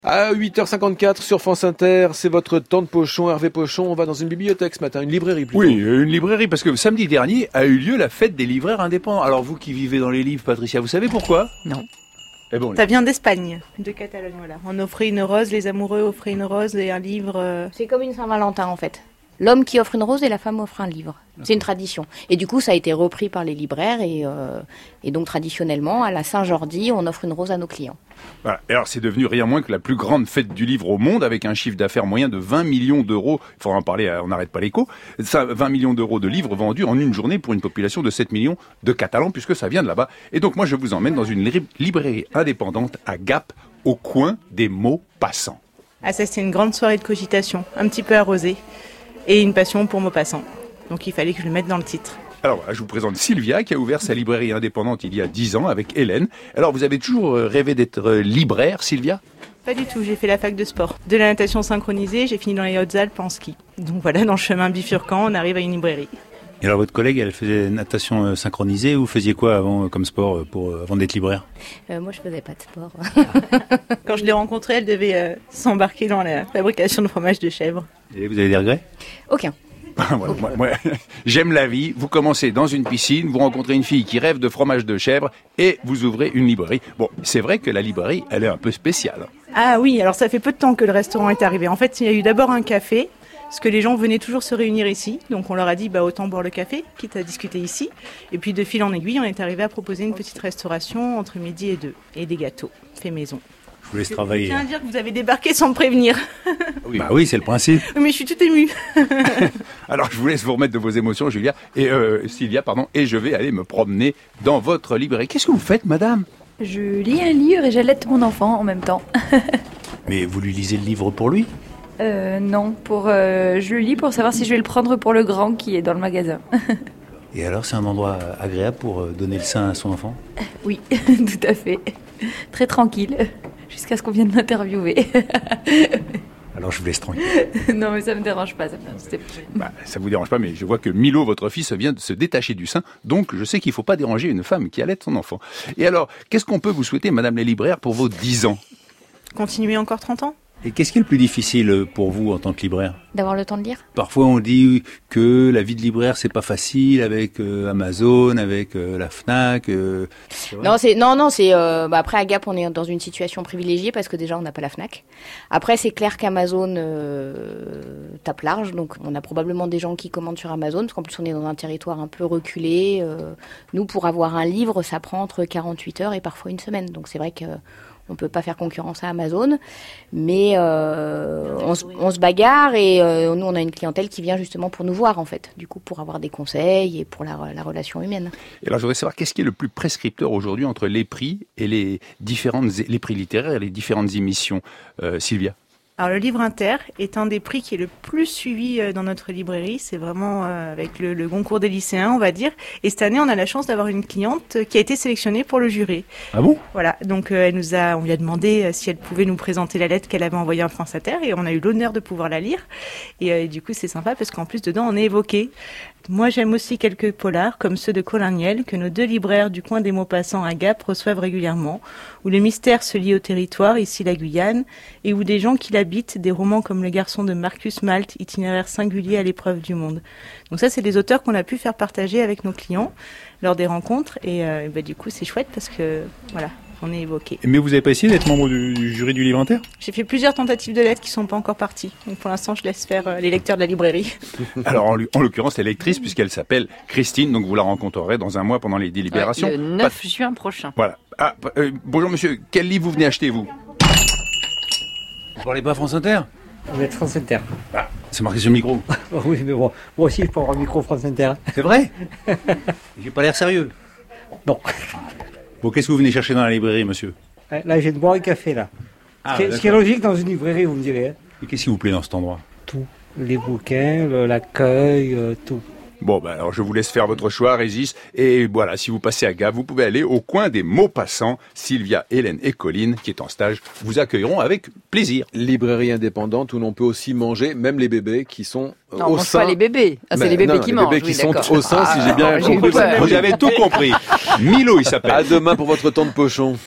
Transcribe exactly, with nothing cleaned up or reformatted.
À huit heures cinquante-quatre sur France Inter, c'est votre temps de Pochon, Hervé Pochon. On va dans une bibliothèque ce matin, une librairie plutôt. Oui, une librairie, parce que samedi dernier a eu lieu la fête des libraires indépendants. Alors vous qui vivez dans les livres, Patricia, vous savez pourquoi ? Non. Eh bon, Ça vient d'Espagne, de Catalogne, voilà. On offrait une rose, les amoureux offraient une rose et un livre. euh, C'est comme une Saint-Valentin en fait. L'homme qui offre une rose et la femme offre un livre. C'est une tradition. Et du coup, ça a été repris par les libraires et, euh, et donc traditionnellement, à la Saint-Jordi, on offre une rose à nos clients. Voilà. Et alors c'est devenu rien moins que la plus grande fête du livre au monde, avec un chiffre d'affaires moyen de vingt millions d'euros. Il faudra en parler, à, on n'arrête pas l'écho. Ça, vingt millions d'euros de livres vendus en une journée pour une population de sept millions de Catalans, puisque ça vient de là-bas. Et donc moi, je vous emmène dans une li- librairie indépendante à Gap, au coin des Maupassant. Ah, ça, c'était une grande soirée de cogitation, un petit peu arrosée, et une passion pour Maupassant. Donc il fallait que je le mette dans le titre. Alors voilà, je vous présente Sylvia qui a ouvert sa librairie indépendante il y a dix ans avec Hélène. Alors vous avez toujours rêvé d'être libraire, Sylvia ? Pas du tout, j'ai fait la fac de sport. De la natation synchronisée, j'ai fini dans les Hautes-Alpes en ski. Donc voilà, dans le chemin bifurquant, on arrive à une librairie. Et alors votre collègue, elle faisait natation euh, synchronisée, ou vous faisiez quoi avant euh, comme sport euh, pour, euh, avant d'être libraire ? Euh, moi, je faisais pas de sport. Quand je l'ai rencontrée, elle devait euh, s'embarquer dans la fabrication de fromage de chèvre. Et vous avez des regrets ? Aucun. Voilà, moi, moi, j'aime la vie. Vous commencez dans une piscine, vous rencontrez une fille qui rêve de fromage de chèvre et vous ouvrez une librairie. Bon, c'est vrai que la librairie, elle est un peu spéciale. Ah oui, alors ça fait peu de temps que le restaurant est arrivé. En fait, il y a eu d'abord un café, parce que les gens venaient toujours se réunir ici. Donc on leur a dit, bah autant boire le café, quitte à discuter ici. Et puis de fil en aiguille, on est arrivé à proposer une petite restauration entre midi et deux. Et des gâteaux, fait maison. Je vous laisse travailler. Je tiens à dire que vous avez débarqué sans me prévenir. Oui. Bah oui, c'est le principe. Mais je suis toute émue. Alors je vous laisse vous remettre de vos émotions, Julia et euh, Sylvia, pardon, et je vais aller me promener dans votre librairie. Qu'est-ce que vous faites, madame ? Je lis un livre et j'allaite mon enfant en même temps. Mais vous lui lisez le livre pour lui ? Euh, non, pour, euh, je le lis pour savoir si je vais le prendre pour le grand qui est dans le magasin. Et alors, c'est un endroit agréable pour euh, donner le sein à son enfant ? Oui, tout à fait. Très tranquille, jusqu'à ce qu'on vienne m'interviewer. Alors je vous laisse tranquille. Non, mais ça me dérange pas. Ça me... c'est- Bah, ça vous dérange pas, mais je vois que Milo, votre fils, vient de se détacher du sein, donc je sais qu'il faut pas déranger une femme qui allaite son enfant. Et alors, qu'est-ce qu'on peut vous souhaiter, madame la libraire, pour vos dix ans ? Continuer encore trente ans ? Et qu'est-ce qui est le plus difficile pour vous en tant que libraire ? D'avoir le temps de lire ? Parfois on dit que la vie de libraire c'est pas facile avec euh, Amazon, avec euh, la Fnac. Euh, c'est vrai ? Non, c'est non, non, c'est euh, bah après à Gap, on est dans une situation privilégiée parce que déjà on n'a pas la Fnac. Après, c'est clair qu'Amazon euh, tape large, donc on a probablement des gens qui commandent sur Amazon parce qu'en plus on est dans un territoire un peu reculé. Euh, nous, pour avoir un livre, ça prend entre quarante-huit heures et parfois une semaine. Donc c'est vrai que on peut pas faire concurrence à Amazon, mais euh, on, se- on se bagarre et euh, nous on a une clientèle qui vient justement pour nous voir en fait, du coup pour avoir des conseils et pour la, la relation humaine. Et alors, je voudrais savoir, qu'est-ce qui est le plus prescripteur aujourd'hui entre les prix et les différentes, les prix littéraires et les différentes émissions, euh, Sylvia ? Alors le livre inter est un des prix qui est le plus suivi euh, dans notre librairie. C'est vraiment euh, avec le, le concours des lycéens, on va dire. Et cette année, on a la chance d'avoir une cliente euh, qui a été sélectionnée pour le jury. Ah bon ? Voilà, donc euh, elle nous a, on lui a demandé euh, si elle pouvait nous présenter la lettre qu'elle avait envoyée à France Inter et on a eu l'honneur de pouvoir la lire. Et, euh, et du coup, c'est sympa parce qu'en plus dedans, on est évoqué. Moi, j'aime aussi quelques polars comme ceux de Colin Niel que nos deux libraires du coin des Maupassant à Gap reçoivent régulièrement, où le mystère se lie au territoire, ici la Guyane, et où des gens qui l'habitent, des romans comme Le Garçon de Marcus Malte, itinéraire singulier à l'épreuve du monde. Donc ça, c'est des auteurs qu'on a pu faire partager avec nos clients lors des rencontres, et euh, bah, du coup, c'est chouette parce que voilà, on est évoqué. Mais vous avez pas essayé d'être membre du, du jury du livre inter ? J'ai fait plusieurs tentatives de lettres qui sont pas encore parties, donc pour l'instant, je laisse faire euh, les lecteurs de la librairie. Alors, en, lu- en l'occurrence, elle est lectrice puisqu'elle s'appelle Christine, donc vous la rencontrerez dans un mois pendant les délibérations. Ouais, le neuf juin prochain. Voilà. Ah, euh, bonjour monsieur, quel livre vous venez acheter, vous ? Vous parlez pas France Inter ? On va être France Inter. C'est marqué sur le micro. Oui, mais bon, moi aussi, je peux avoir un micro France Inter. C'est vrai ? J'ai pas l'air sérieux. Non. Bon, qu'est-ce que vous venez chercher dans la librairie, monsieur ? Là, j'ai de boire un café, là. Ah, ce, qui est, ce qui est logique dans une librairie, vous me direz. Hein. Et qu'est-ce qui vous plaît dans cet endroit ? Tout. Les bouquins, le- l'accueil, euh, tout. Bon, ben alors je vous laisse faire votre choix, Régis. Et voilà, si vous passez à Gap, vous pouvez aller au coin des Maupassant. Sylvia, Hélène et Colline, qui est en stage, vous accueilleront avec plaisir. Librairie indépendante où l'on peut aussi manger, même les bébés qui sont euh, Non, au on mange sein. pas les bébés. Ah, c'est Mais les bébés non, qui les mangent. bébés oui, qui sont d'accord. au sein, si j'ai bien j'ai eu compris. peur. Vous avez tout compris. Milo, il s'appelle. À demain pour votre temps de Pochon.